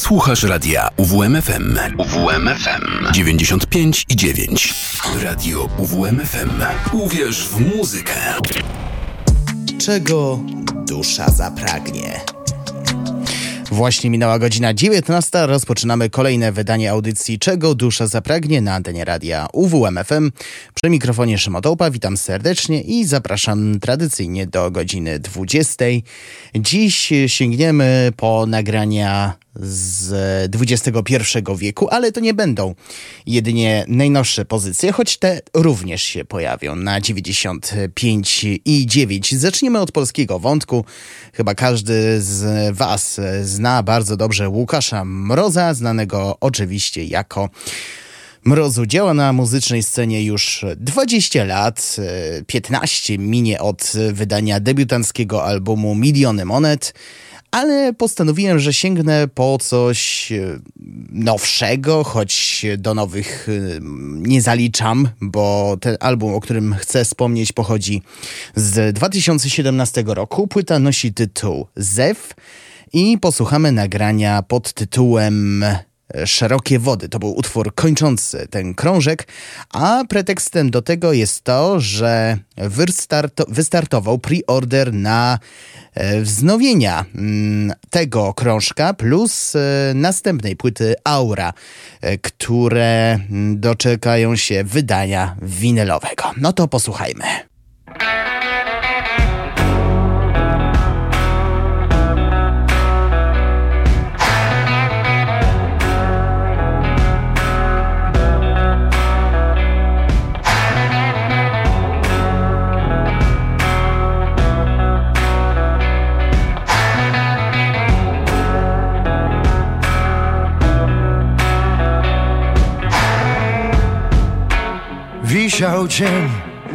Słuchasz radia UWMFM. UWMFM 95,9. Radio UWMFM. Uwierz w muzykę. Czego dusza zapragnie? Właśnie minęła godzina 19. Rozpoczynamy kolejne wydanie audycji Czego dusza zapragnie na antenie radia UWMFM. Przy mikrofonie Szymon Tołpa, witam serdecznie i zapraszam tradycyjnie do godziny 20. Dziś sięgniemy po nagrania z XXI wieku, ale to nie będą jedynie najnowsze pozycje, choć te również się pojawią na 95,9. Zaczniemy od polskiego wątku. Chyba każdy z Was zna bardzo dobrze Łukasza Mroza, znanego oczywiście jako Mrozu. Działa na muzycznej scenie już 20 lat, 15 minie od wydania debiutanckiego albumu Miliony Monet, ale postanowiłem, że sięgnę po coś nowszego, choć do nowych nie zaliczam, bo ten album, o którym chcę wspomnieć, pochodzi z 2017 roku. Płyta nosi tytuł Zew i posłuchamy nagrania pod tytułem Szerokie Wody. To był utwór kończący ten krążek, a pretekstem do tego jest to, że wystartował pre-order na wznowienia tego krążka plus następnej płyty Aura, które doczekają się wydania winylowego. No to posłuchajmy. Wisiał cień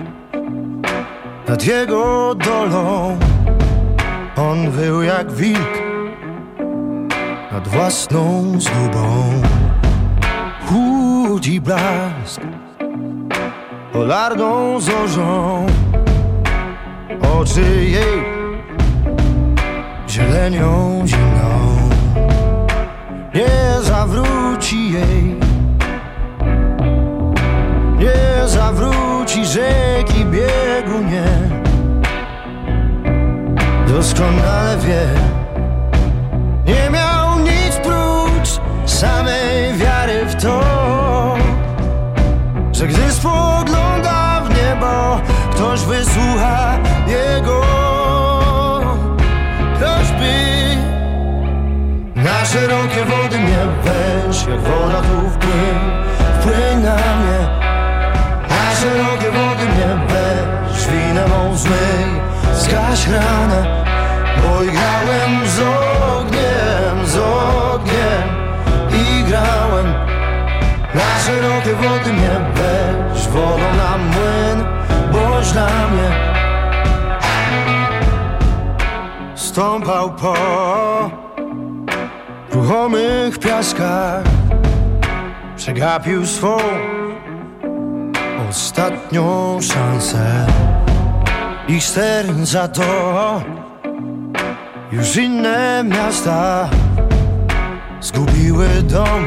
nad jego dolą. On wył jak wilk nad własną zgubą. Chłódzi blask polarną zorzą. Oczy jej zielenią zimną. Nie zawróci jej, nie zawróci rzeki biegu, nie. Doskonale wie, nie miał nic prócz samej wiary w to, że gdy spogląda w niebo, ktoś wysłucha jego prośby. Na szerokie wody mnie weź, jak woda tu wpłyń na mnie. Na szerokie wody mnie weź, winę mą zmyj, zgaś ranę, bo grałem z ogniem i grałem. Na szerokie wody mnie weź, wodą na młyn, boś dla mnie. Stąpał po ruchomych piaskach, przegapił swą ostatnią szansę. Ich stern za to już inne miasta zgubiły dom,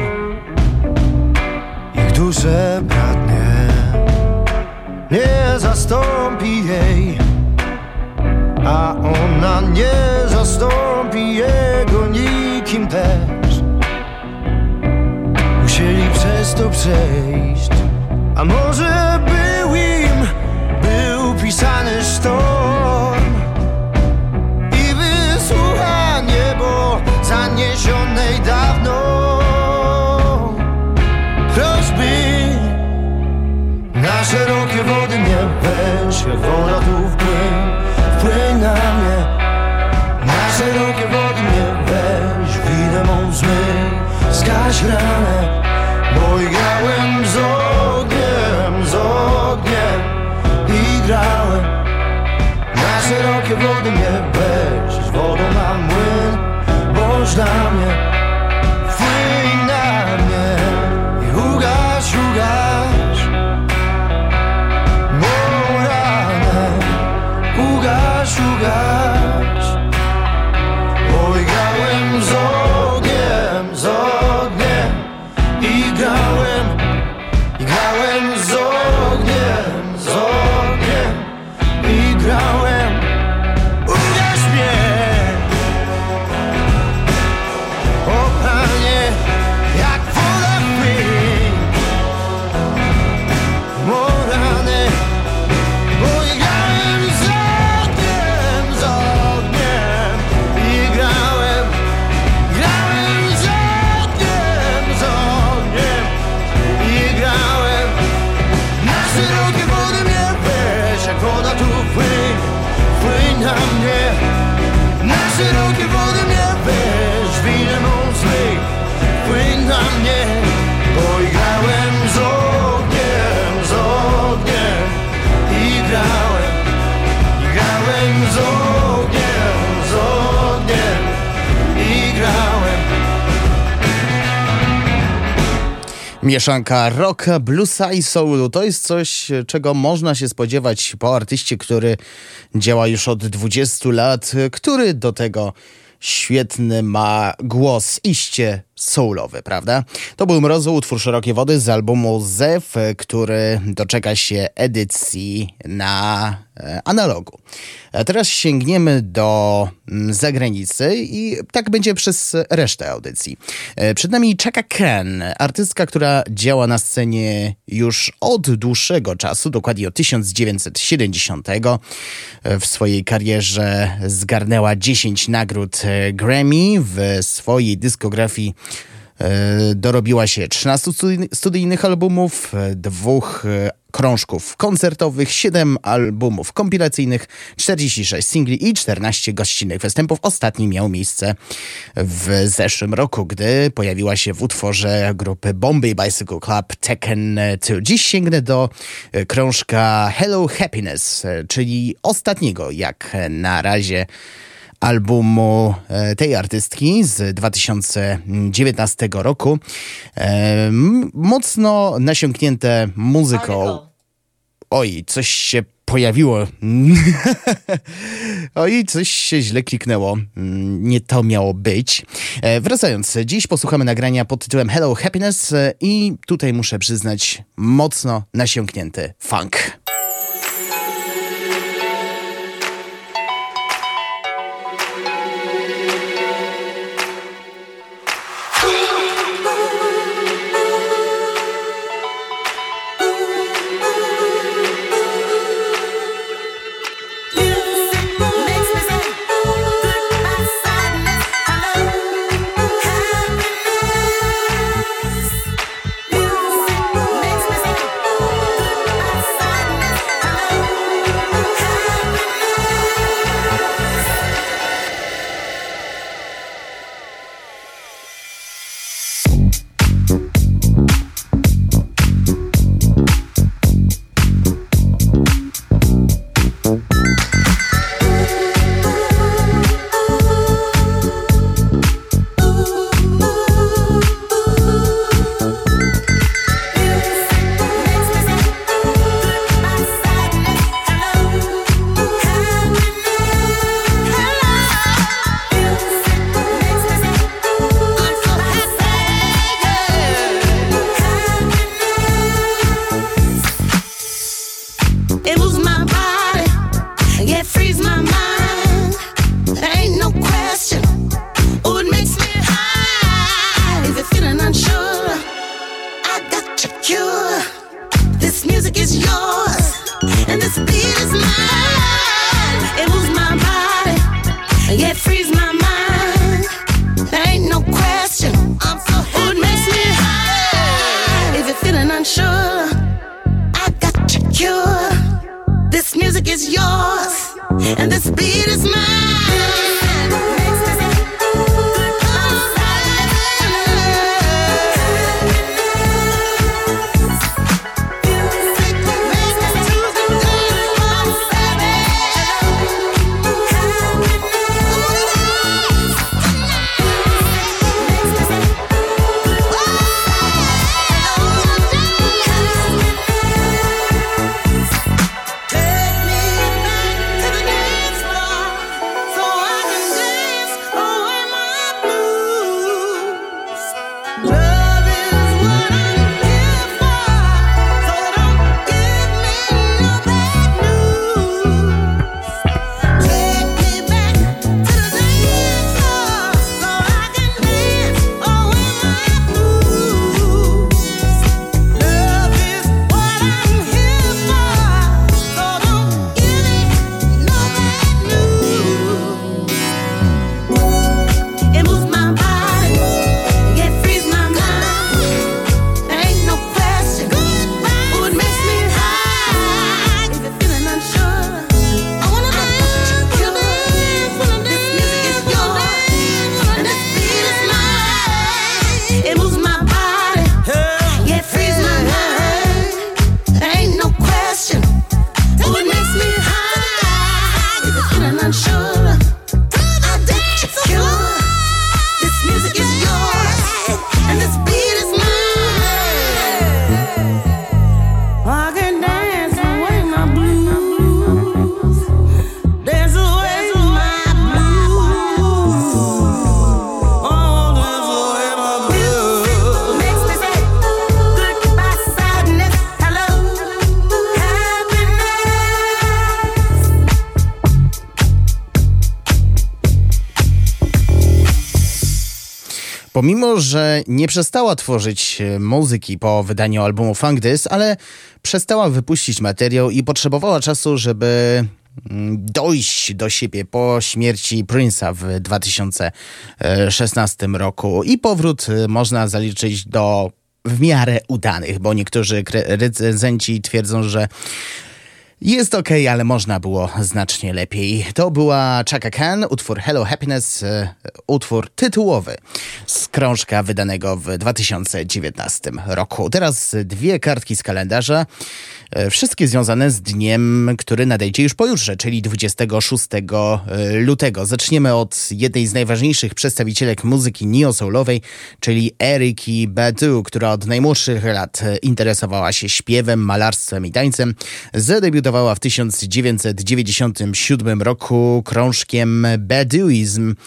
ich dusze bratnie. Nie zastąpi jej, a ona nie zastąpi jego nikim też. Musieli przez to przejść, a może był pisany sztorm i wysłucha niebo zaniesionej dawno prośby. Na szerokie wody mnie weź, jak woda tu wpłyń na mnie. Na szerokie wody mnie weź, winę mą zmyj, zgaś ranę, bo grałem z ogniem i grałem. Na szerokie wody mnie weź, wodą na młyn, boś dla mnie. Wpłyń na mnie i ugaś mą ranę, ugaś bo grałem z ogniem Mieszanka rocka, bluesa i soulu to jest coś, czego można się spodziewać po artyście, który działa już od 20 lat, który do tego świetny ma głos, iście soulowy, prawda? To był Mrozu, utwór Szerokie Wody z albumu Zew, który doczeka się edycji na analogu. A teraz sięgniemy do zagranicy i tak będzie przez resztę audycji. Przed nami Chaka Khan, artystka, która działa na scenie już od dłuższego czasu, dokładnie od 1970. W swojej karierze zgarnęła 10 nagród Grammy, w swojej dyskografii dorobiła się 13 studyjnych albumów, 2 krążków koncertowych, 7 albumów kompilacyjnych, 46 singli i 14 gościnnych występów. Ostatni miał miejsce w zeszłym roku, gdy pojawiła się w utworze grupy Bombay Bicycle Club Tekken 2. Dziś sięgnę do krążka Hello Happiness, czyli ostatniego jak na razie albumu tej artystki z 2019 roku. Mocno nasiąknięte muzyką. Oj, coś się pojawiło. Oj, coś się źle kliknęło. Nie to miało być. Wracając, dziś posłuchamy nagrania pod tytułem Hello Happiness i tutaj muszę przyznać mocno nasiąknięty funk. Take me back to the dance floor. Pomimo, że nie przestała tworzyć muzyki po wydaniu albumu Funk This, ale przestała wypuścić materiał i potrzebowała czasu, żeby dojść do siebie po śmierci Prince'a w 2016 roku. I powrót można zaliczyć do w miarę udanych, bo niektórzy recenzenci twierdzą, że jest okej, ale można było znacznie lepiej. To była Chaka Khan, utwór Hello Happiness, utwór tytułowy z krążka wydanego w 2019 roku. Teraz dwie kartki z kalendarza, wszystkie związane z dniem, który nadejdzie już pojutrze, czyli 26 lutego. Zaczniemy od jednej z najważniejszych przedstawicielek muzyki neo-soulowej, czyli Erykki Badu, która od najmłodszych lat interesowała się śpiewem, malarstwem i tańcem. Zadebiutowała w 1997 roku krążkiem Baduizm.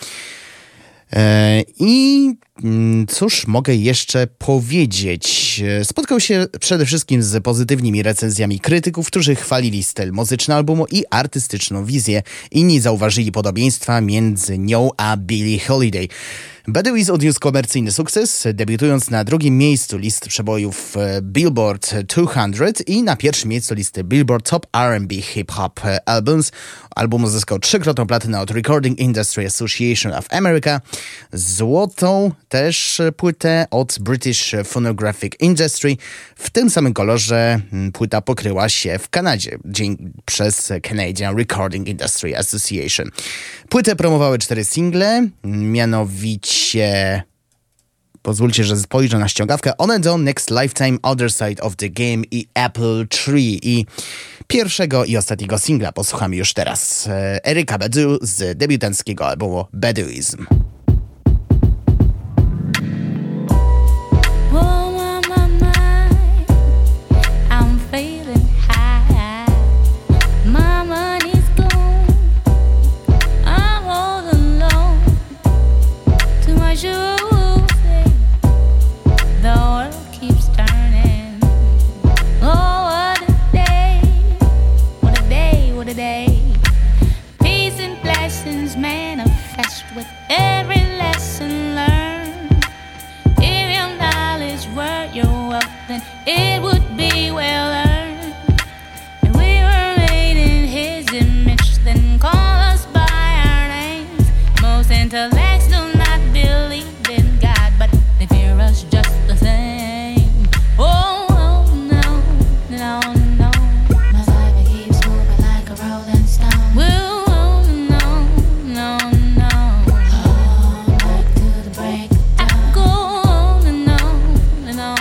I cóż mogę jeszcze powiedzieć? Spotkał się przede wszystkim z pozytywnymi recenzjami krytyków, którzy chwalili styl muzyczny albumu i artystyczną wizję. Inni zauważyli podobieństwa między nią a Billie Holiday. Baduizm odniósł komercyjny sukces, debiutując na drugim miejscu list przebojów Billboard 200 i na pierwszym miejscu listy Billboard Top R&B Hip Hop Albums. Album uzyskał 3-krotną platynę od Recording Industry Association of America, złotą też płytę od British Phonographic Industry. W tym samym kolorze płyta pokryła się w Kanadzie przez Canadian Recording Industry Association. Płytę promowały 4 single, mianowicie pozwólcie, że spojrzę na ściągawkę On and On, Next Lifetime, Other Side of the Game i Apple Tree. I pierwszego i ostatniego singla posłuchamy już teraz. Erykka Badu z debiutanckiego albumu Baduizm. It would be well earned. And we were made in his image, then call us by our names. Most intellects do not believe in God, but they fear us just the same. Oh, oh no, no, no. My life keeps moving like a rolling stone. Whoa, oh, no, no, no. All night to the break of dawn. I go on and on and on.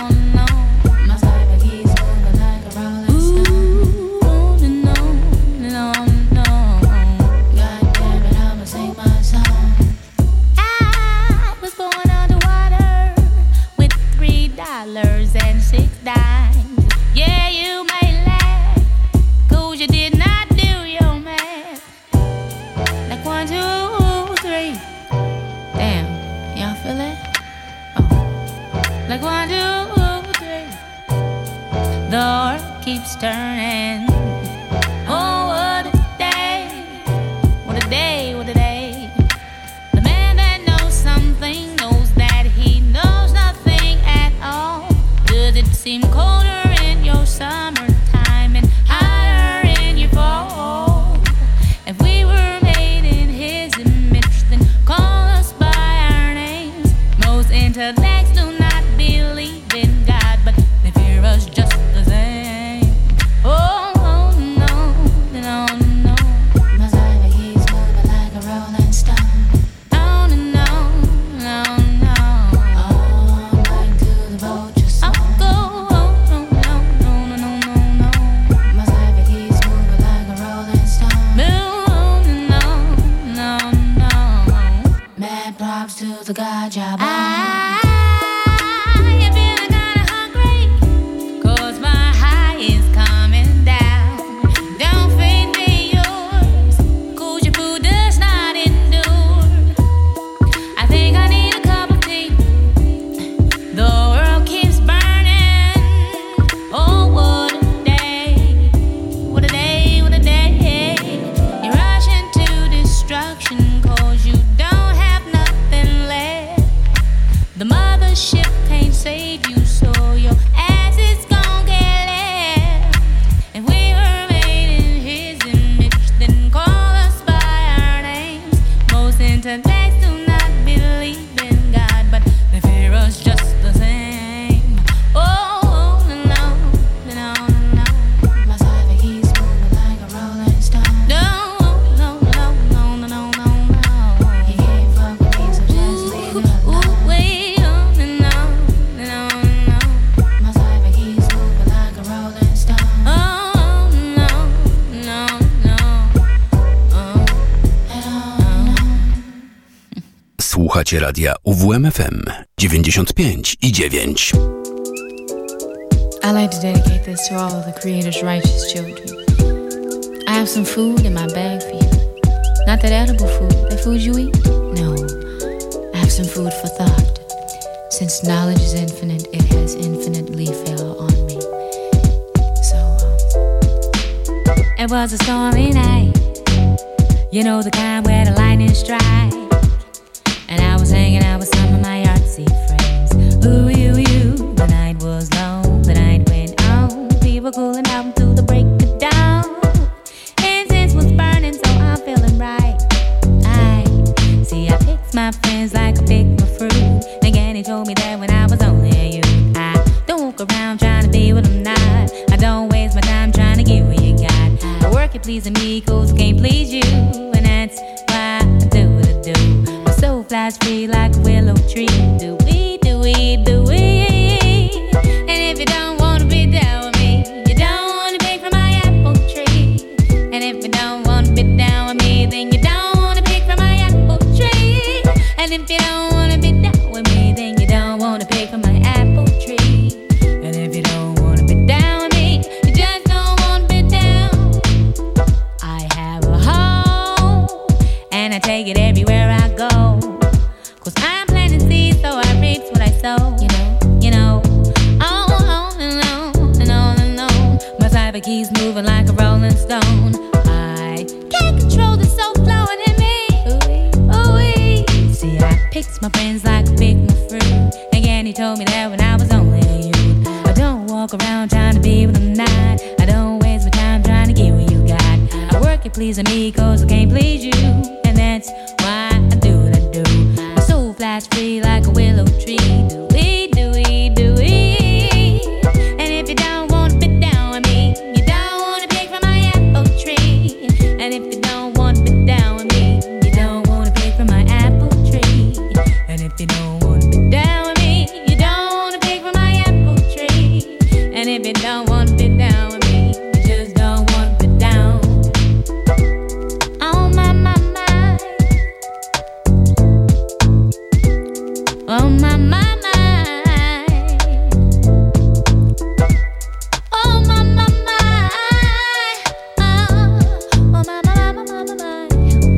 And 6 dimes. Yeah, you may laugh, 'cause you did not do your math. Like 1, 2, 3. Damn, y'all feel that? Oh. Like 1, 2, 3. The earth keeps turning. Oh, what a day. What a day, what a day. The man that knows something knows that he knows nothing at all. Does it seem colder in your summertime and hotter in your fall? If we were made in his image, then call us by our names. Most intellects do not believe in God, but they fear us just the same. Oh, oh no, no, no. My life keeps moving like a rolling stone. On and on, no, no. All night to the vulture song. To the God job. I feel kinda hungry, 'cause The mothership can't save you, so your ass is gon' get left. If we were made in his image, then call us by our names. Most intellects do not believe in God, but they fear us just the same. Oh, no, no, no. My cyber keys moving like a rolling stone. No, no, no, no, no, no, no, no. He can't fuck with me, so just leave him alone. Ooh, wait, no, no, no, no. My cyber keys moving like a rolling stone. Oh, no, no, no. Słuchacie radia UWMFM 95,9. I like to dedicate this to all of the Creator's righteous children. I have some food in my bag for you. Not that edible food, that food you eat. No, I have some food for thought. Since knowledge is infinite, it has infinitely fell on me. So, it was a stormy night. You know the kind where the lightning strikes. And I was hanging out with some of my artsy friends. Ooh, you. The night was long, the night went on. People cooling out until the break of dawn. Incense was burning, so I'm feeling right. I picked my friends like I picked my fruit. Again, he told me that when I was only a youth. I don't walk around trying to be what I'm not. I don't waste my time trying to get what you got. I work at pleasing me, cause I can't please you. And that's why I do what I do. My soul flies free like a willow tree. Do we, do we, do we? And if you don't wanna be down with me, you don't wanna pick from my apple tree. And if you don't wanna be down with me, then you don't wanna pick from my apple tree. And if you don't wanna be down with me, then you don't wanna pick from my apple tree. And if you don't wanna be down with me, you just don't wanna be down. I have a home, and I take it everywhere I go. Cause I'm planting seeds, so I reap what I sow. You know. On and on and on and on. My cyber keys moving like a rolling stone. I can't control the soul flowing in me. Ooh-wee. See, I picked my friends like I picked my fruit. Again, he told me that when I was only a youth. I don't walk around trying to be what I'm not. I don't waste my time trying to get what you got. I work at pleasing me cause I can't please you. And that's why I do what I do. My soul flies free like a willow tree. Do we, do we, do we? And if you don't wanna be down with me, you don't wanna pick from my apple tree. And if you don't wanna be down with me, you don't wanna pick from my apple tree. And if you don't wanna be down with me, you don't wanna pick from my apple tree. And if you don't wanna be down with me, you just don't wanna be down. Oh my, my, my. Oh my, my, my. Oh my, my, my. Oh my, my, my, my, my, my.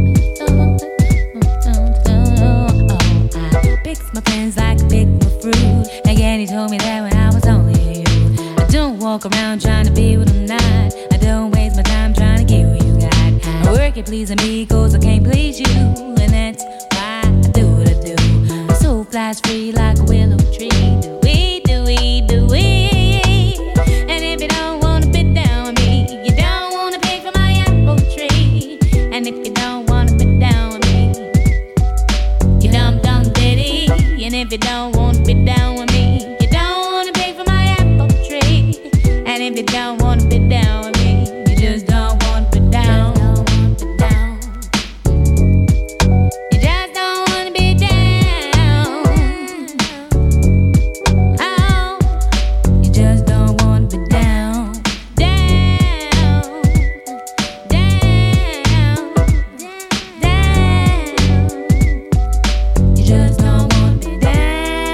I picked my friends like I picked my fruit. Again, he told me that when I was only a youth. I don't walk around trying to be what I'm not. I don't waste my time trying to get what you got. I work at pleasing me cause I can't please you. And that's why I do what I do. My soul flies free like a willow tree. Do we, do we, do we? And if you don't wanna be down with me, you don't wanna pick from my apple tree. And if you don't wanna be down with me, you dumb ditty. And if you don't wanna be down with me, you don't wanna pick from my apple tree. And if you don't wanna be down with me, you just don't wanna be down. You just don't wanna be down. Oh, you just don't wanna be down. Down, down, down. You just don't wanna be down.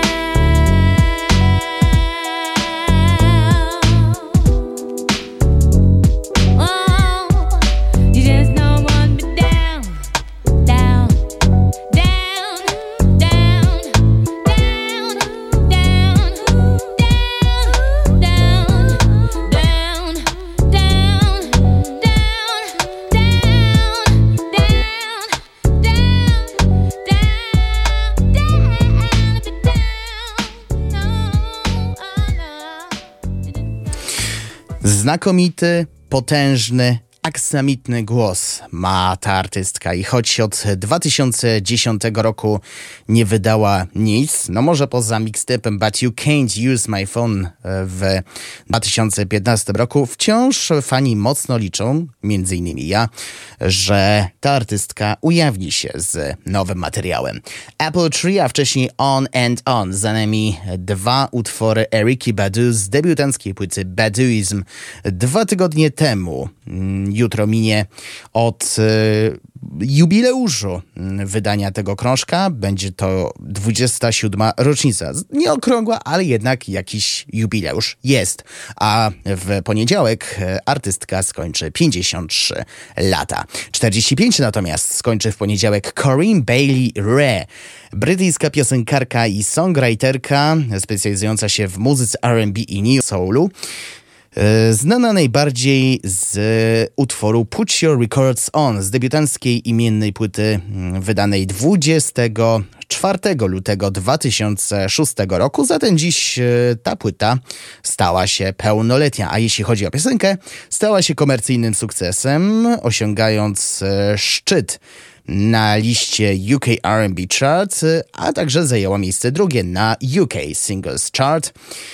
Znakomity, potężny, aksamitny głos ma ta artystka i choć od 2010 roku nie wydała nic, no może poza mixtapem But You Can't Use My Phone w 2015 roku, wciąż fani mocno liczą, między innymi ja, że ta artystka ujawni się z nowym materiałem. Apple Tree, a wcześniej On and On. Za nami 2 utwory Erykki Badu z debiutanckiej płyty Baduizm 2 tygodnie temu. Jutro minie od jubileuszu wydania tego krążka. Będzie to 27. rocznica. Nie okrągła, ale jednak jakiś jubileusz jest. A w poniedziałek artystka skończy 53 lata. 45 natomiast skończy w poniedziałek Corinne Bailey Rae. Brytyjska piosenkarka i songwriterka specjalizująca się w muzyce R&B i New Soulu. Znana najbardziej z utworu Put Your Records On, z debiutanckiej imiennej płyty wydanej 24 lutego 2006 roku. Zatem dziś ta płyta stała się pełnoletnia, a jeśli chodzi o piosenkę, stała się komercyjnym sukcesem, osiągając szczyt na liście UK R&B Chart, a także zajęła miejsce drugie na UK Singles Chart.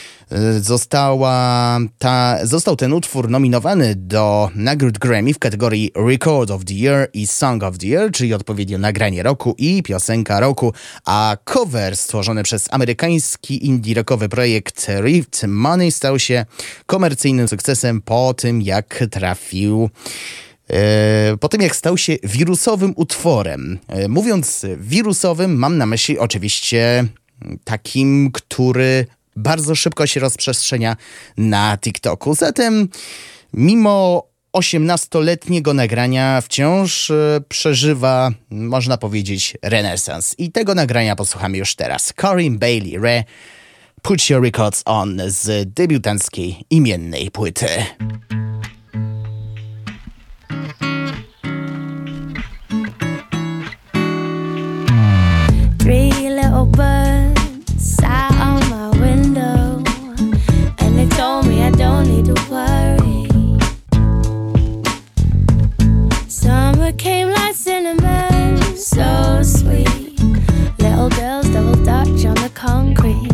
Został ten utwór nominowany do nagród Grammy w kategorii Record of the Year i Song of the Year, czyli odpowiednio nagranie roku i piosenka roku, a cover stworzony przez amerykański indie rockowy projekt Rift Money stał się komercyjnym sukcesem po tym, jak stał się wirusowym utworem. Mówiąc wirusowym, mam na myśli oczywiście takim, który bardzo szybko się rozprzestrzenia na TikToku. Zatem mimo 18-letniego nagrania wciąż przeżywa, można powiedzieć, renesans. I tego nagrania posłuchamy już teraz. Corinne Bailey Rae, Put Your Records On z debiutanckiej imiennej płyty. Three little birds sat on my window, and they told me I don't need to worry. Summer came like cinnamon, so sweet. Little girls double dutch on the concrete.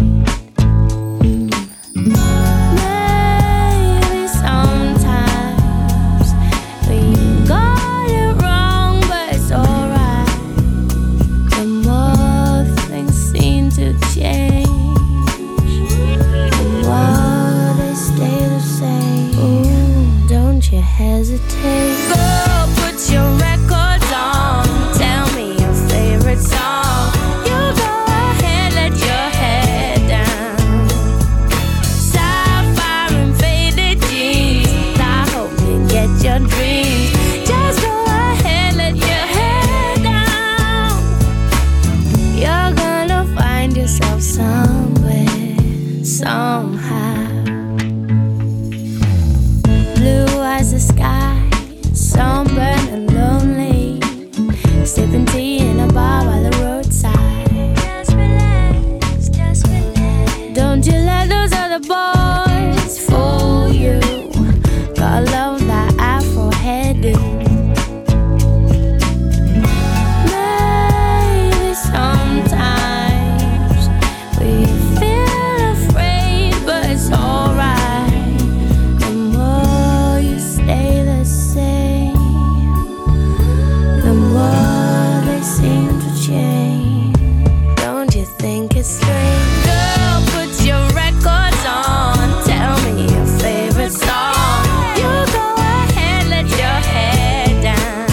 Maybe sometimes we got it wrong, but it's alright. The more things seem to change, the more they stay the same. Ooh, don't you hesitate. Girl, put your records on. Tell me your favorite song. You go ahead, let your head down. Sapphire and faded jeans, I hope you get your dreams. Just go ahead, let your head down. You're gonna find yourself somewhere, somehow. Blue as the sky, sunburned and lonely, sipping tea in a bar by the roadside. Just relax, just relax. Don't you let those other boys fool you. Gotta love that Afro hairdo. Maybe sometimes we feel afraid, but it's alright. The more you stay the same, the more they seem to change. Don't you think it's strange? Girl, put your records on. Tell me your favorite song. You go ahead, let your head down.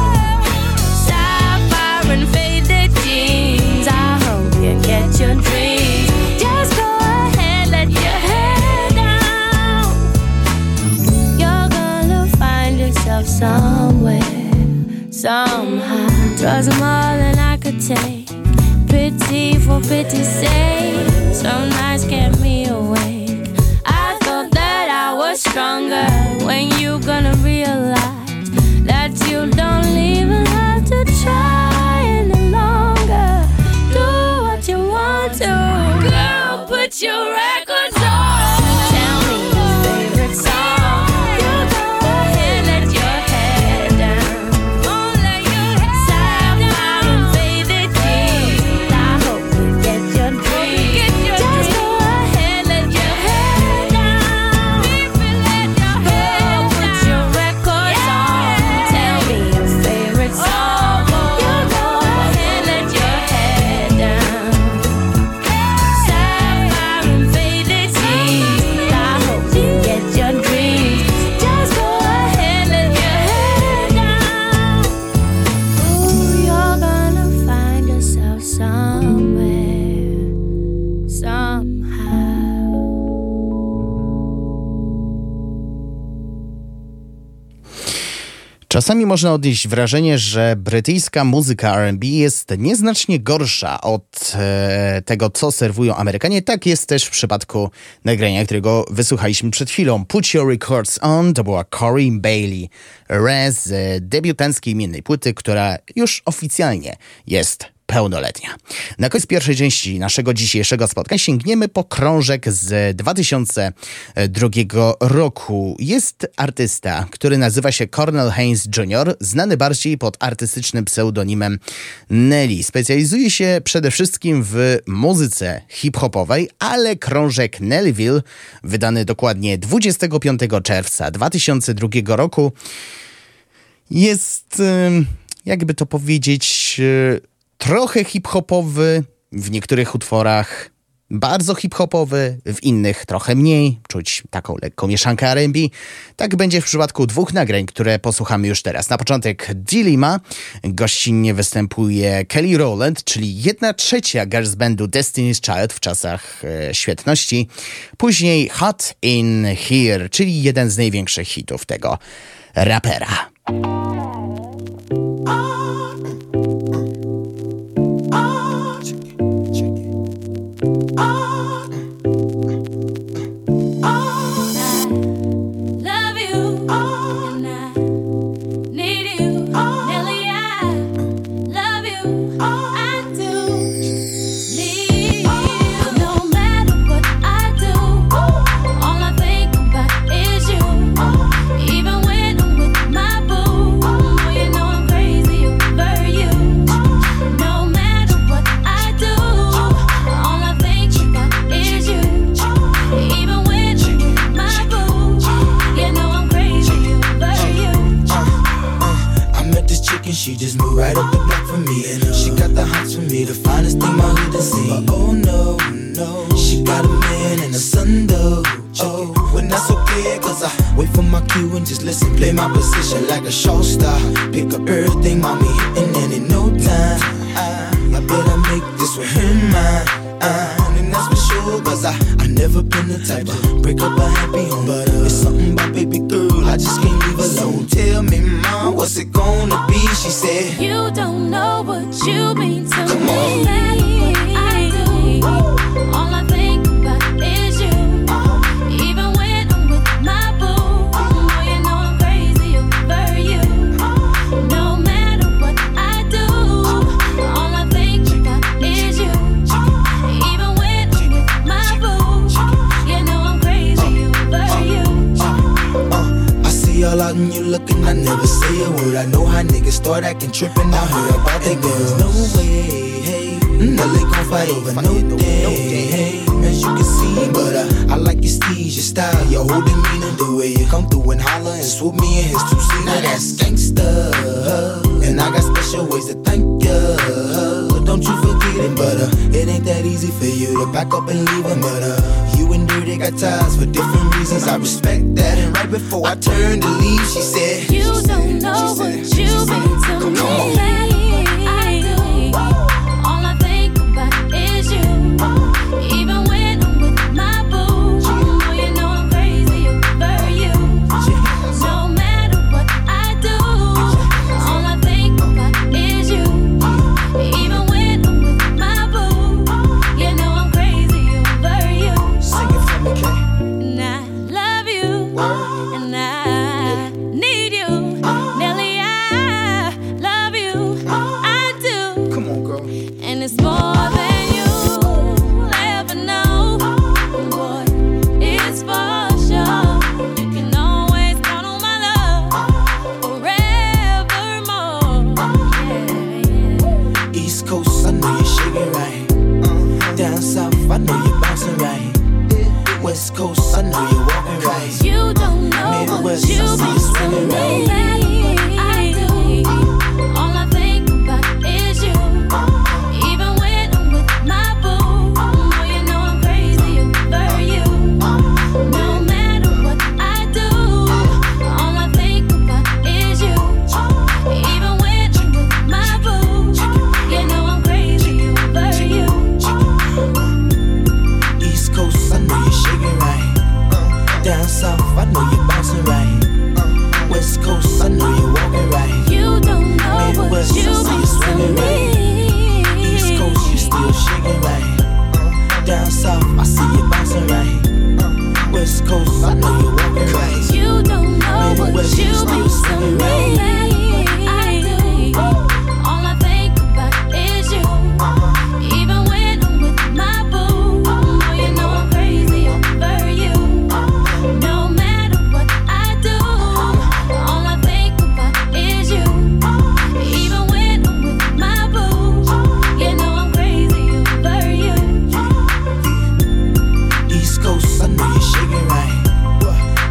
Sapphire and faded jeans, I hope you get your dreams. Just go ahead, let your head down. You're gonna find yourself somewhere, somehow. Drugs are more than I could take. Pity for pity's sake. Some nights kept me awake. I thought that I was stronger. When you gonna realize that you don't even have to try any longer? Do what you want to. Girl, put your records on. Tell me your favorite song. Czasami można odnieść wrażenie, że brytyjska muzyka R&B jest nieznacznie gorsza od tego, co serwują Amerykanie. Tak jest też w przypadku nagrania, którego wysłuchaliśmy przed chwilą. Put Your Records On to była Corey Bailey z debiutanckiej imiennej płyty, która już oficjalnie jest pełnoletnia. Na koniec pierwszej części naszego dzisiejszego spotkania sięgniemy po krążek z 2002 roku. Jest artysta, który nazywa się Cornell Haynes Jr., znany bardziej pod artystycznym pseudonimem Nelly. Specjalizuje się przede wszystkim w muzyce hip-hopowej, ale krążek Nellyville, wydany dokładnie 25 czerwca 2002 roku, jest, jakby to powiedzieć, trochę hip-hopowy, w niektórych utworach bardzo hip-hopowy, w innych trochę mniej, czuć taką lekką mieszankę R&B. Tak będzie w przypadku dwóch nagrań, które posłuchamy już teraz. Na początek Dilemma, gościnnie występuje Kelly Rowland, czyli 1/3 girls bandu Destiny's Child w czasach świetności. Później Hot in Here, czyli jeden z największych hitów tego rapera. She just moved right up the block for me. She got the hots for me, the finest thing my hood has seen. But oh no, no, she got a man and a son though. Oh, when that's okay, cause I wait for my cue and just listen. Play my position like a show star. Pick up everything, mommy, hitting and in no time I better make this with her mine. And that's for sure, cause I never been the type to break up a happy home. But it's something about baby girl, I just can't leave alone. Tell me, mom, what's it gonna be? She said, you don't know what you mean to come me. on. I do. All I think about is you. Even when I'm with my boo, oh, you know I'm crazy over you. No matter what I do, all I think about is you. Even when I'm with my boo, you know I'm crazy over you. I see all out and you looking, I never say a word. I know how niggas start acting trippin'. I heard about the girls. No way, hey, Nelly gon' fight over no day, hey, as you can see. But I like your steez, your style, your whole demeanor, the way you come through and holler and swoop me in his two-seater. Now that's gangsta, and I got special ways to thank ya. Don't you forget it, but it ain't that easy for you to back up and leave him. But you and Dirty got ties for different reasons. I respect that. And right before I turned to leave, she said, you don't know what you mean to me. Come on. I do. All I think about is you. Even when I'm with my boo, oh, you know I'm crazy over you. No matter what I do, all I think about is you. Even when I'm with my boo, you know I'm crazy over you. Sing it for me, Kay. And I love you, and I need you, Nelly. I love you, I do, Come on, girl. and it's more than you'll ever know. Boy, it's for sure. You can always count on my love forevermore. Yeah. East Coast, I know you're shaking right. Down south, I know you're bouncing right. West Coast, I know you're walking right. You don't know what Midwest, you I see you mean to swinging me. right. I do. All I think about is you. Even when I'm with my boo, oh, you know I'm crazy over you. No matter what I do, all I think about is you. Even when I'm with my boo, you know I'm crazy over you. East Coast, I know you're shaking right. Down south, I know you're bouncing right. West Coast,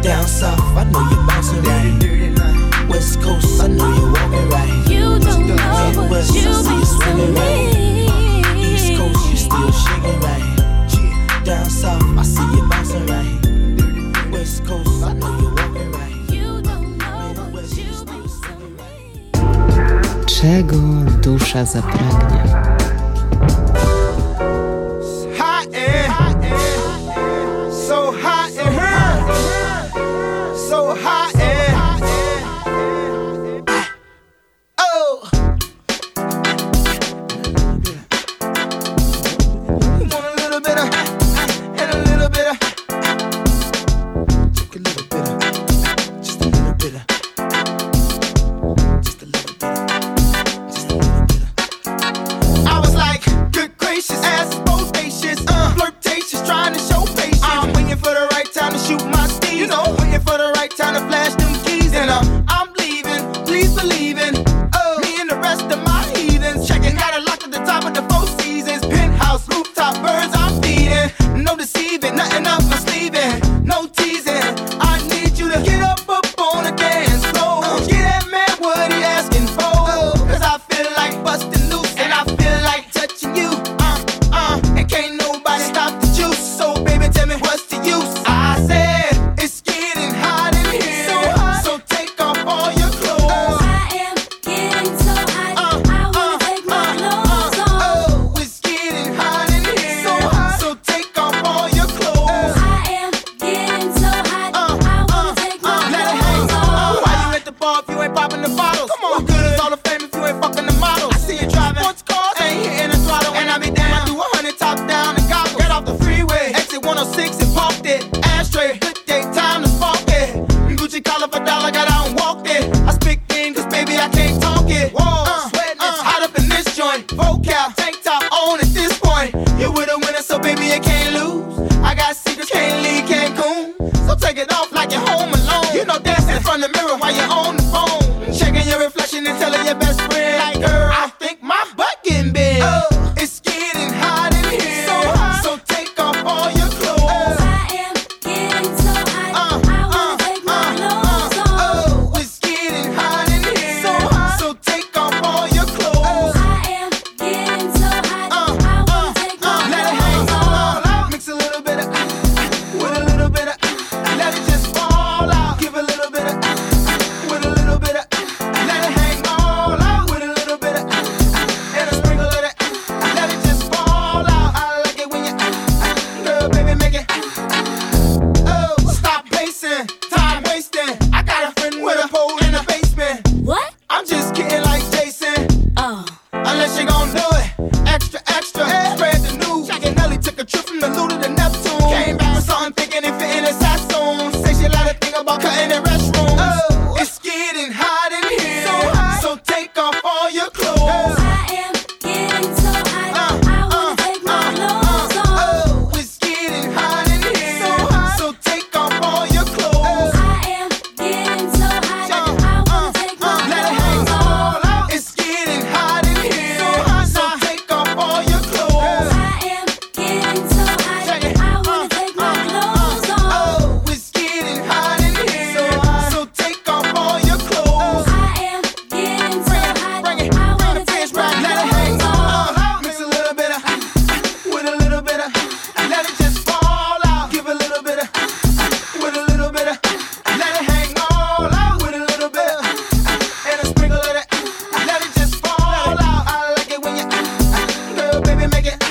Down south, I know you're bouncing right. West Coast, I know you're walking right. You don't know what West, I you see you mean to swinging right. me. East Coast, you still shaking right. Down south, I see you bouncing right. West Coast, I know you're walking right. You don't know what you mean to me. Czego dusza zapragnie? Hot and so hot and so hot and oh. You want a little bit of and a little bit of, take a little bit of, just a little bit of, just a little bit of, just a little bit of. I was like, good gracious, ass bodacious, flirtatious, trying to show patience. I'm waiting for the right time to shoot my steez, you know, waiting for the right time to flash them keys. And I'm leaving, please believe in me and the rest of my heathens. Checking out a lock at the top of the Four Seasons, penthouse, rooftop, birds I'm feeding. No deceiving, nothing up my sleeving, no teasing. I need you to get up on the dance floor. Get that man what he asking for. Cause I feel like busting loose and I feel like touching you. And can't nobody stop the juice. So baby, tell me what's the use? I said it's getting hot in here, so hot. So take off all your clothes. I am getting so hot. I wanna take my clothes off. Oh, it's getting hot in here, so hot. So take off all your clothes. I am getting so hot. I wanna take my Let it hang. clothes off. Why you at the bar if you ain't popping the bottles? Come on. What good is all the fame if you ain't fucking the models? I see you driving sports cars, ain't hitting the throttle, and I be down. I do 100 top down and gobble. Get off the freeway, exit 106 and parked it. Ashtray, good day, time to spark it. Gucci collar for dollar, got out and walked it. I speak in, cause baby I can't talk it. Whoa, sweating, it's hot up in this joint. Vocab, tank top on at this point. You with a winner, so baby you can't lose. I got secrets, can't leave Cancun. So take it off like you're home alone. You know dancing in front of the mirror while you're on the phone. Checking your reflection and telling your best friend, like, girl, I think my butt getting big. It's getting hot in here, so hot. So take off all your clothes. I am getting so hot. I wanna take my clothes off. Oh, it's getting hot in here, so hot. So take off all your clothes. I am getting so hot. I wanna take my Let it hang clothes off. all out. Mix a little bit of with a little bit of, let it just fall out. Give a little bit of with a little bit of, let it hang all out. With a little bit of and a sprinkle of it. Let it just fall out. I like it when you girl, baby, make it. Oh, stop pacing, time wasting. I got a friend with a pole in the basement. What? I'm just kidding like Jason. Oh. Unless you gon' do it, extra, extra, spread the news. Jack and Nelly took a trip from the Luda to Neptune. Came back with something thinking it fit in his Sassoon. Say she like to think about cutting the restroom. Oh, it's getting hot in here, so hot. So take off all your clothes. I am getting so hot. I wanna take my clothes off. Oh, it's getting hot in here, so hot. So take off all your clothes. I am getting so hot. I wanna take my Let it hang clothes off. all out. It's getting hot in here, so hot. So take off all your clothes. I am getting so hot. I wanna take my clothes off. Oh, it's getting hot in here, so hot. So take off all your clothes. I am getting so hot. Bring it, I bring wanna the take fish my back, let it hang clothes off. all out. Mix a little bit of with a little bit of, let it just fall out. Give a little bit of with a little bit of, let it hang all out. With a little bit of and a sprinkle of it, let it just fall out. I like it when you girl, baby, make it.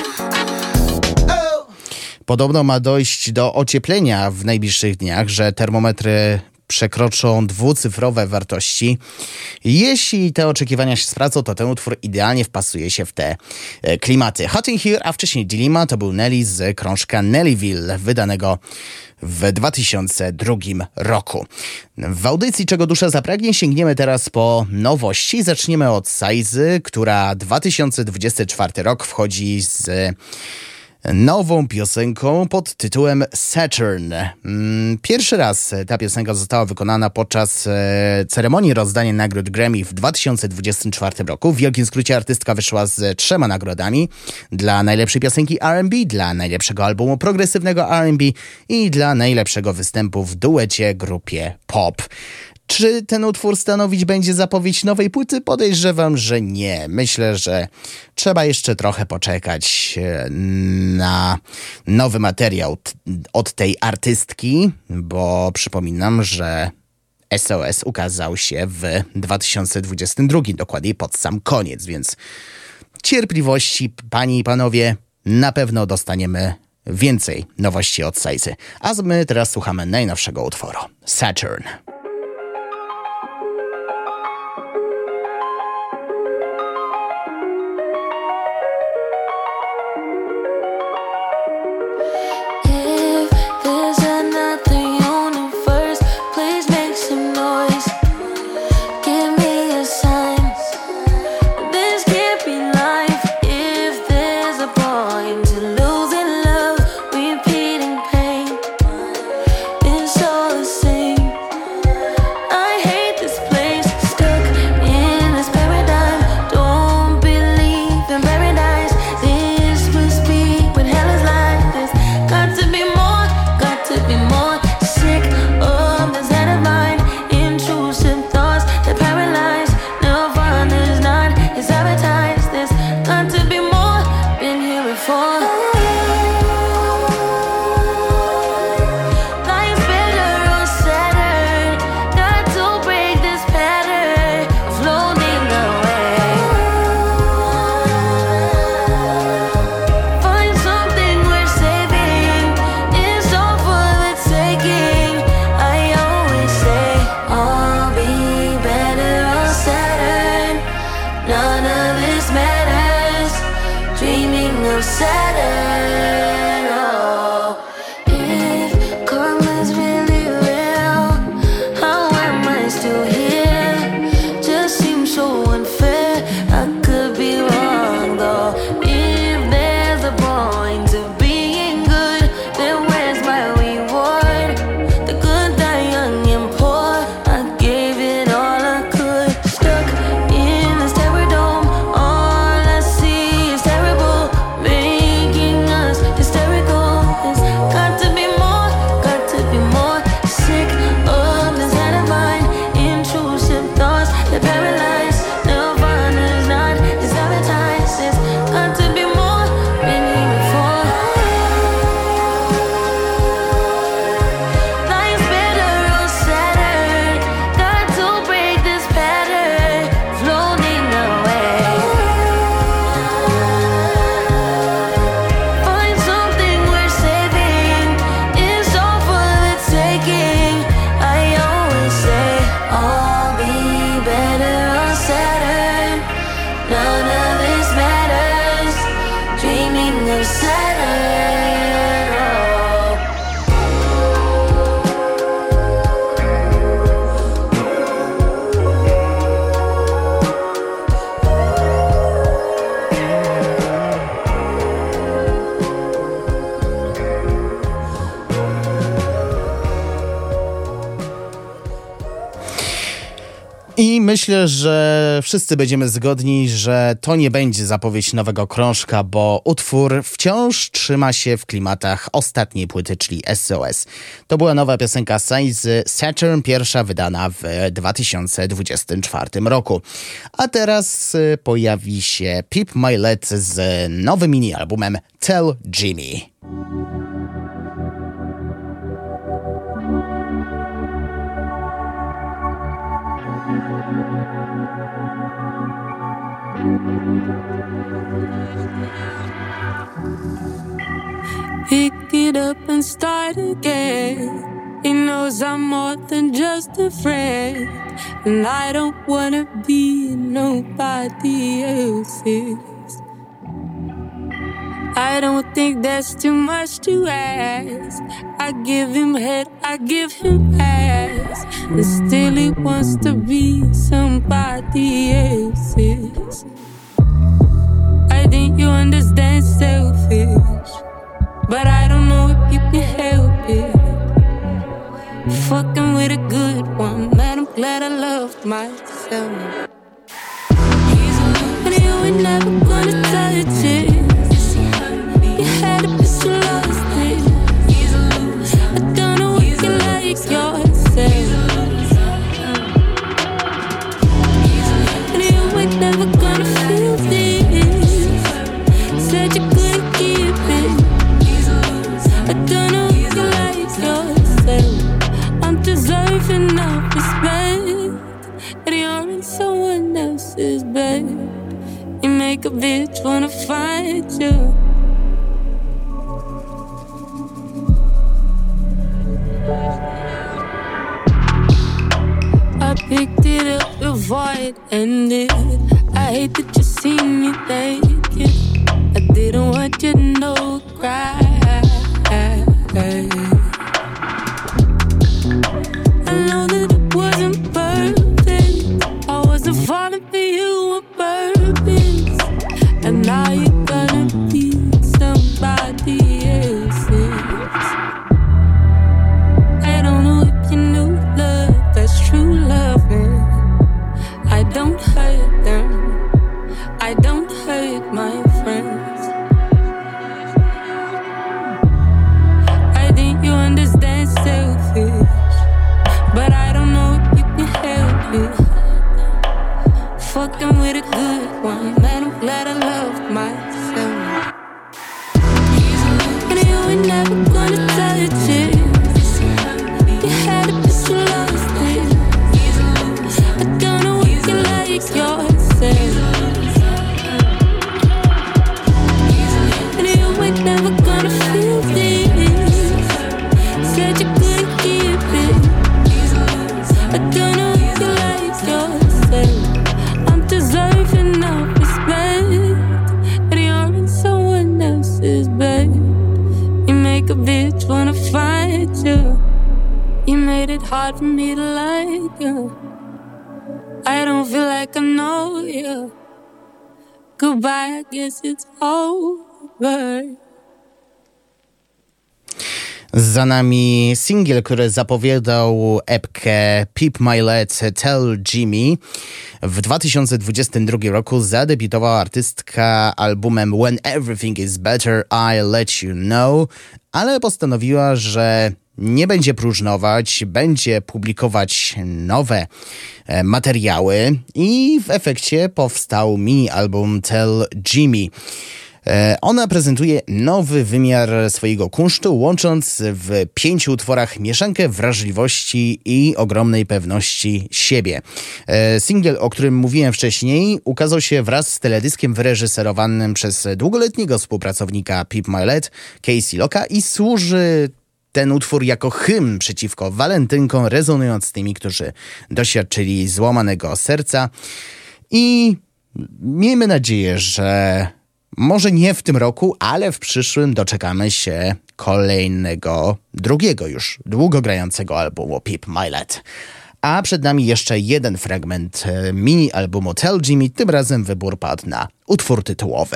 Oh. Podobno ma dojść do ocieplenia w najbliższych dniach, że termometry przekroczą dwucyfrowe wartości. Jeśli te oczekiwania się sprawdzą, to ten utwór idealnie wpasuje się w te klimaty. Hot in Here, a wcześniej Dilemma to był Nelly z krążka Nellyville, wydanego w 2002 roku. W audycji Czego dusza zapragnie sięgniemy teraz po nowości. Zaczniemy od Saizy, która 2024 rok wchodzi z nową piosenką pod tytułem Saturn. Pierwszy raz ta piosenka została wykonana podczas ceremonii rozdania nagród Grammy w 2024 roku. W wielkim skrócie artystka wyszła z 3 nagrodami dla najlepszej piosenki R&B, dla najlepszego albumu progresywnego R&B i dla najlepszego występu w duecie grupie pop. Czy ten utwór stanowić będzie zapowiedź nowej płyty? Podejrzewam, że nie. Myślę, że trzeba jeszcze trochę poczekać na nowy materiał od tej artystki, bo przypominam, że SOS ukazał się w 2022, dokładniej pod sam koniec, więc cierpliwości, panie i panowie, na pewno dostaniemy więcej nowości od Sajcy. A my teraz słuchamy najnowszego utworu, Saturn. I myślę, że wszyscy będziemy zgodni, że to nie będzie zapowiedź nowego krążka, bo utwór wciąż trzyma się w klimatach ostatniej płyty, czyli SOS. To była nowa piosenka Size Saturn, pierwsza wydana w 2024 roku. A teraz pojawi się Pip Milet z nowym mini-albumem Tell Jimmy. Pick it up and start again. He knows I'm more than just a friend, and I don't wanna be nobody else's. I don't think that's too much to ask. I give him head, I give him ass, and still he wants to be somebody else's. I think you understand selfish. but I don't know if you can help it. Fucking with a good one, man, I'm glad I loved myself. But you were never gonna touch it. You had it, but you lost it. I don't know what you like yourself. And you were never gonna feel this. Said you couldn't keep it. I don't know what you like yourself. I'm deserving of respect, and you're in someone else's bed. You make a bitch wanna fight you. I picked it up before it ended. I hate that you see me naked. I didn't want you to know cry. I know that it wasn't perfect. I wasn't falling for you on purpose. And now you're gonna be somebody else's. I don't know if you knew love, that's true loving. I don't hurt them, I don't hurt my friends. I think you understand selfish, but I don't know if you can help it. Fucking with a good one, man, I'm glad I loved myself. And you were never gonna touch it. You had it, but you lost it. I don't know what you like yourself. And you were never gonna feel this. Said you couldn't keep it. I don't know what you like yourself. I'm deserving of respect, and you're in someone else's bed. You make a bitch wanna fight you. You made it hard for me to like you. I don't feel like I know you. Goodbye, I guess it's over. Za nami singiel, który zapowiadał epkę Pip Milet Tell Jimmy. W 2022 roku zadebiutowała artystka albumem When Everything Is Better, I'll Let You Know, ale postanowiła, że nie będzie próżnować, będzie publikować nowe materiały i w efekcie powstał mini-album Tell Jimmy. Ona prezentuje nowy wymiar swojego kunsztu, łącząc w 5 utworach mieszankę wrażliwości i ogromnej pewności siebie. Singiel, o którym mówiłem wcześniej, ukazał się wraz z teledyskiem wyreżyserowanym przez długoletniego współpracownika Pip Milet, Casey Locka, i służy ten utwór jako hymn przeciwko walentynkom, rezonując z tymi, którzy doświadczyli złamanego serca. I miejmy nadzieję, że może nie w tym roku, ale w przyszłym doczekamy się kolejnego, drugiego już długogrającego albumu Pip Milet. A przed nami jeszcze jeden fragment mini-albumu Tell Jimmy, tym razem wybór padł na utwór tytułowy.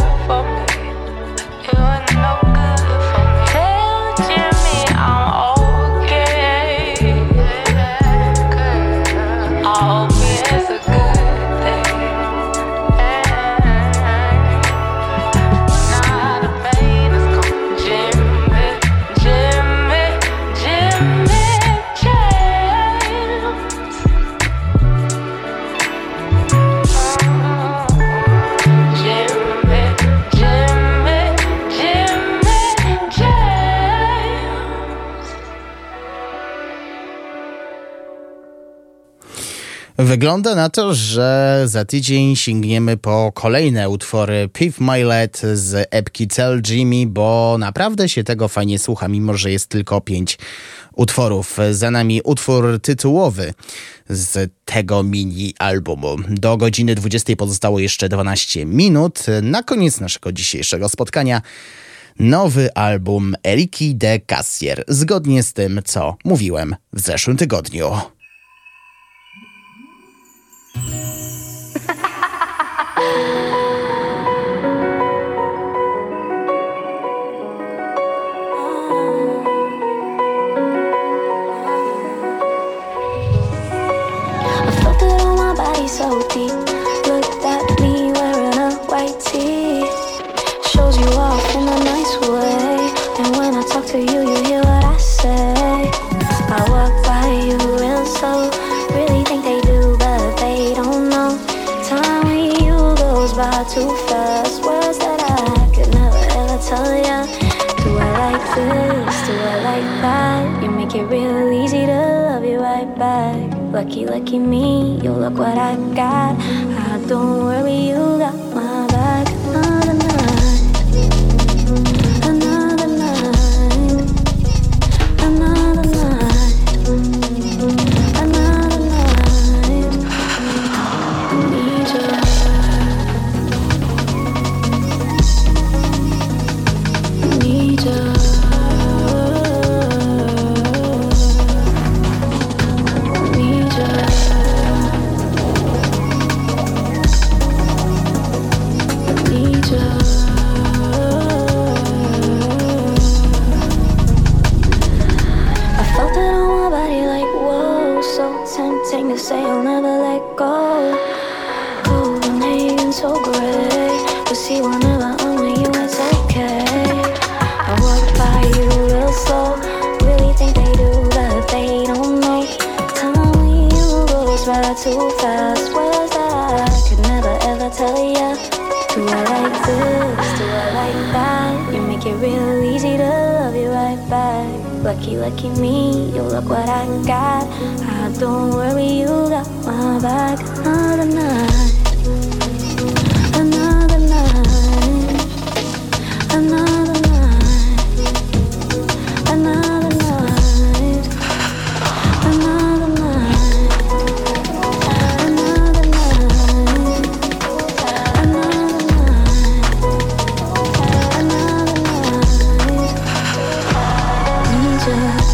Tell Jimmy I'm old. Wygląda na to, że za tydzień sięgniemy po kolejne utwory Piff My Lad z epki Tell Jimmy, bo naprawdę się tego fajnie słucha, mimo że jest tylko 5 utworów. Za nami utwór tytułowy z tego mini-albumu. Do godziny 20 pozostało jeszcze 12 minut. Na koniec naszego dzisiejszego spotkania nowy album Eriki de Cassier, zgodnie z tym, co mówiłem w zeszłym tygodniu. So deep, looked at me wearing a white tee. Shows you off in a nice way, and when I talk to you, you hear what I say. I walk by you real slow, really think they do, but they don't know. Time with you goes by too fast, words that I could never ever tell ya. Do I like this? Do I like that? You make it real easy to love you right back. Lucky, lucky me, you look what I got. Don't worry, you got my back. Another night, another night, another night, another night. I need you. I need you. To say I'll never let go. Copenhagen so great, but see whenever I'm with you it's okay. I walk by you real slow, really think they do, but they don't know. Time with you goes by too fast, words that I could never ever tell ya. Do I like this? Do I like that? You make it real easy to love you right back. Lucky, lucky me, you look what I got. Don't worry, you got my back. Another night, another night, another night, another night, another night, another night, another night, another night. Need you.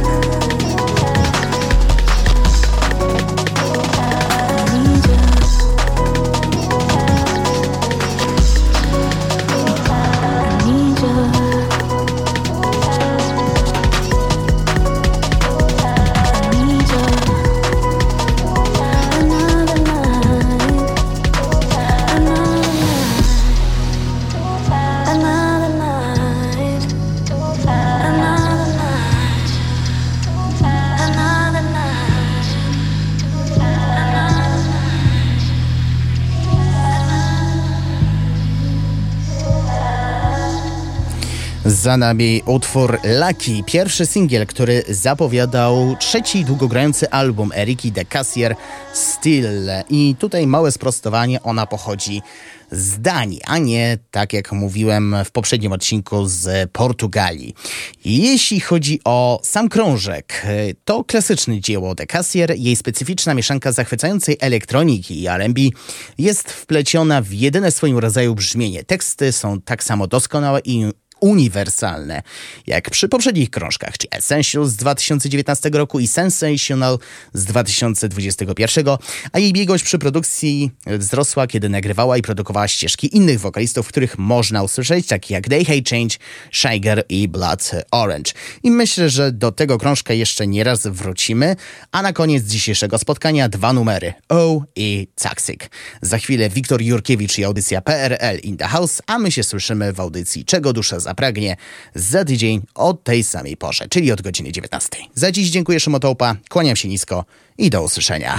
Za nami utwór Lucky, pierwszy singiel, który zapowiadał trzeci długogrający album Eriki de Cassier, Still. I tutaj małe sprostowanie, ona pochodzi z Danii, a nie, tak jak mówiłem w poprzednim odcinku, z Portugalii. Jeśli chodzi o sam krążek, to klasyczne dzieło de Cassier. Jej specyficzna mieszanka zachwycającej elektroniki i R&B jest wpleciona w jedyne w swoim rodzaju brzmienie. Teksty są tak samo doskonałe i uniwersalne, jak przy poprzednich krążkach, czyli Essential z 2019 roku i Sensational z 2021, a jej biegłość przy produkcji wzrosła, kiedy nagrywała i produkowała ścieżki innych wokalistów, których można usłyszeć, takich jak They Hate Change, Shiger i Blood Orange. I myślę, że do tego krążka jeszcze nie raz wrócimy, a na koniec dzisiejszego spotkania 2 numery, O i Toxic. Za chwilę Wiktor Jurkiewicz i audycja PRL in the House, a my się słyszymy w audycji Czego dusza zapragnie za tydzień o tej samej porze, czyli od godziny 19. Za dziś dziękuję, Szymon Tołpa, kłaniam się nisko i do usłyszenia.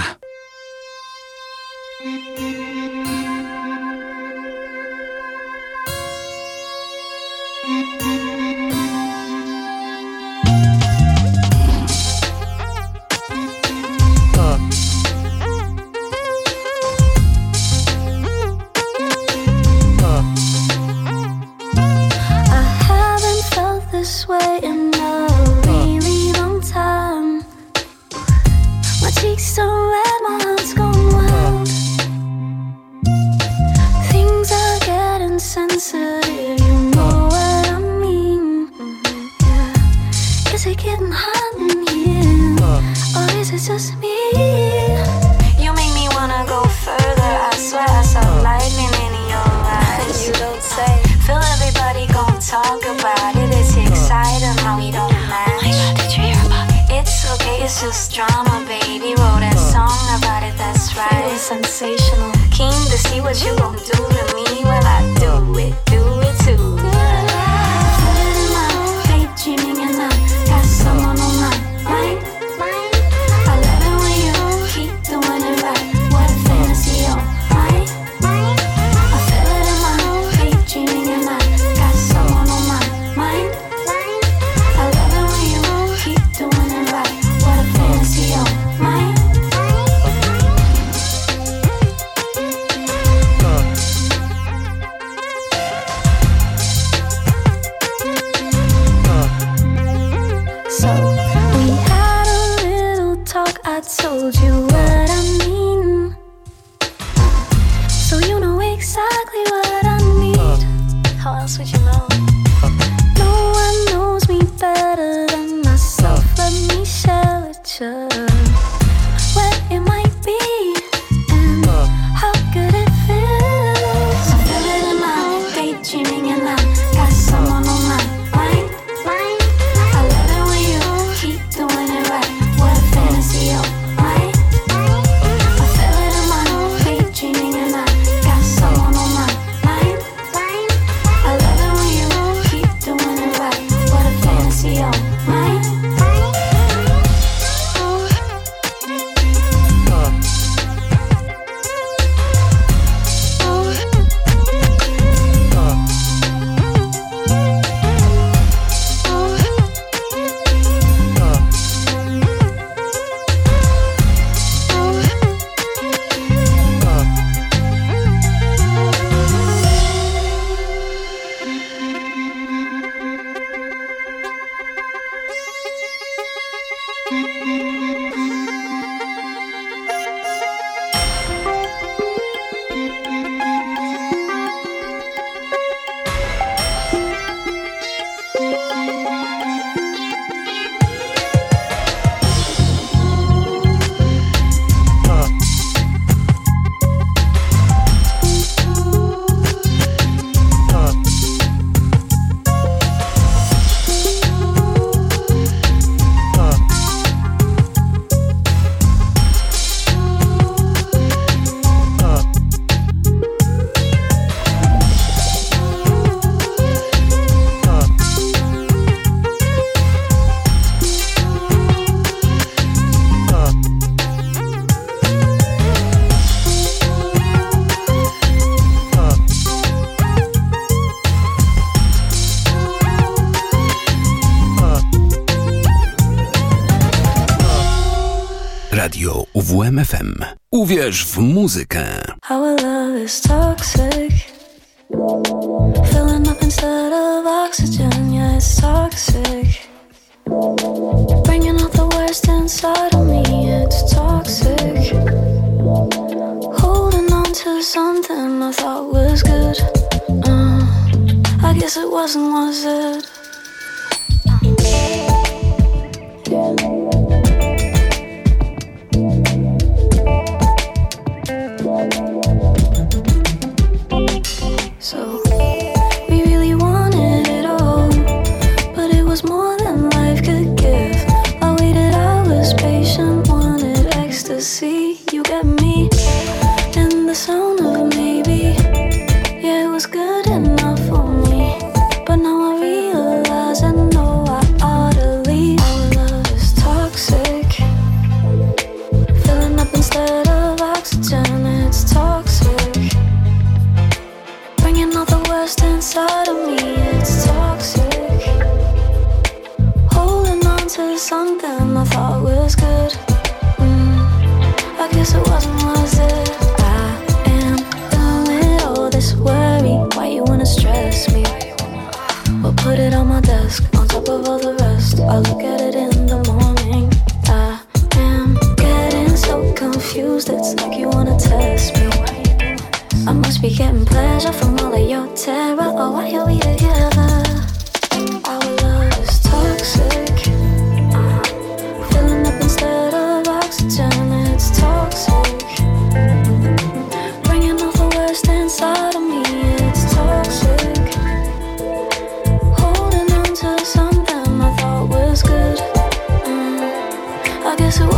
cheeks so red, my heart's gone wild. Things are getting sensitive, you know what I mean. Yeah. Is it getting hot in here, or is it just me? You make me wanna go further, I swear I saw lightning in your eyes. You don't say. Feel everybody gon' talk about it, it's exciting how we don't match. Oh my God, did you hear about it? It's okay, it's just drama, baby. Wrote a song about it, that's right. It was sensational. Keen to see what you gon' do to me. Well, I do it too. Feel it in my daydreaming and I got someone on my mind. I love it when you keep doing it right. What a fantasy, oh my. I feel it in my daydreaming and I got someone on my mind. I love it when you keep doing it right. What a fantasy, oh my. So we had a little talk, I told you what I mean. So you know exactly what I need. How else would you know? No one knows me better than myself. Let me share with you what it might be and how good it feels. I feel it in my daydreaming and I got someone on my mind. I love it when you keep doing it right. What a fantasy, oh my. I feel it in my daydreaming and I got someone on my mind. I love it when you keep doing it right. What a fantasy, oh my. Radio UWMFM. Uwierz w muzykę. Our love is toxic. Filling up instead of oxygen, yeah, it's toxic. Bringing out the worst inside of me, it's toxic. Holding on to something I thought was good. I guess it wasn't, was it? So we really wanted it all, but it was more than life could give. I waited hours patient, wanted ecstasy. You get me, and the sound of maybe. Yeah, it was good enough for me, but now I realize I know I ought to leave. Our love is toxic, filling up instead of oxygen, it's toxic. Bringing out the worst inside of me, it's toxic. Holding on to something I thought was good. I guess it wasn't, was it? I am done with all this worry. Why you wanna stress me? But put it on my desk, on top of all the rest. I look at it in the morning. I am getting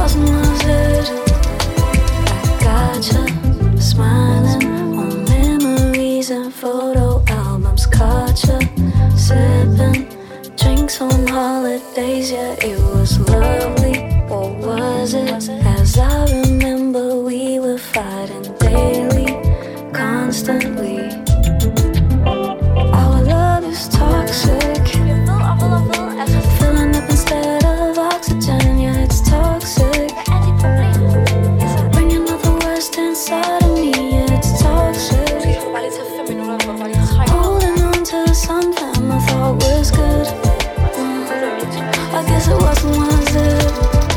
wasn't, was it? I gotcha, smiling on memories and photo albums. Caught ya, sipping drinks on holidays. Yeah, it was lovely, or was it? As I remember, we were fighting daily, constantly. Our love is toxic, filling up instead of oxygen. Yeah, it's toxic, bringing out the worst inside of me. Yeah, it's toxic, holding on to something I thought was good. I guess it wasn't, was it?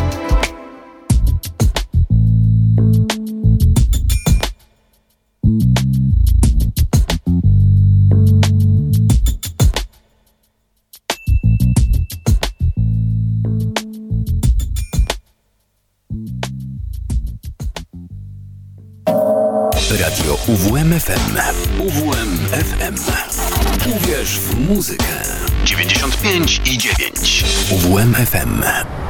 Radio UWM-FM. UWM-FM. Uwierz w muzykę. 95,9. UWM-FM.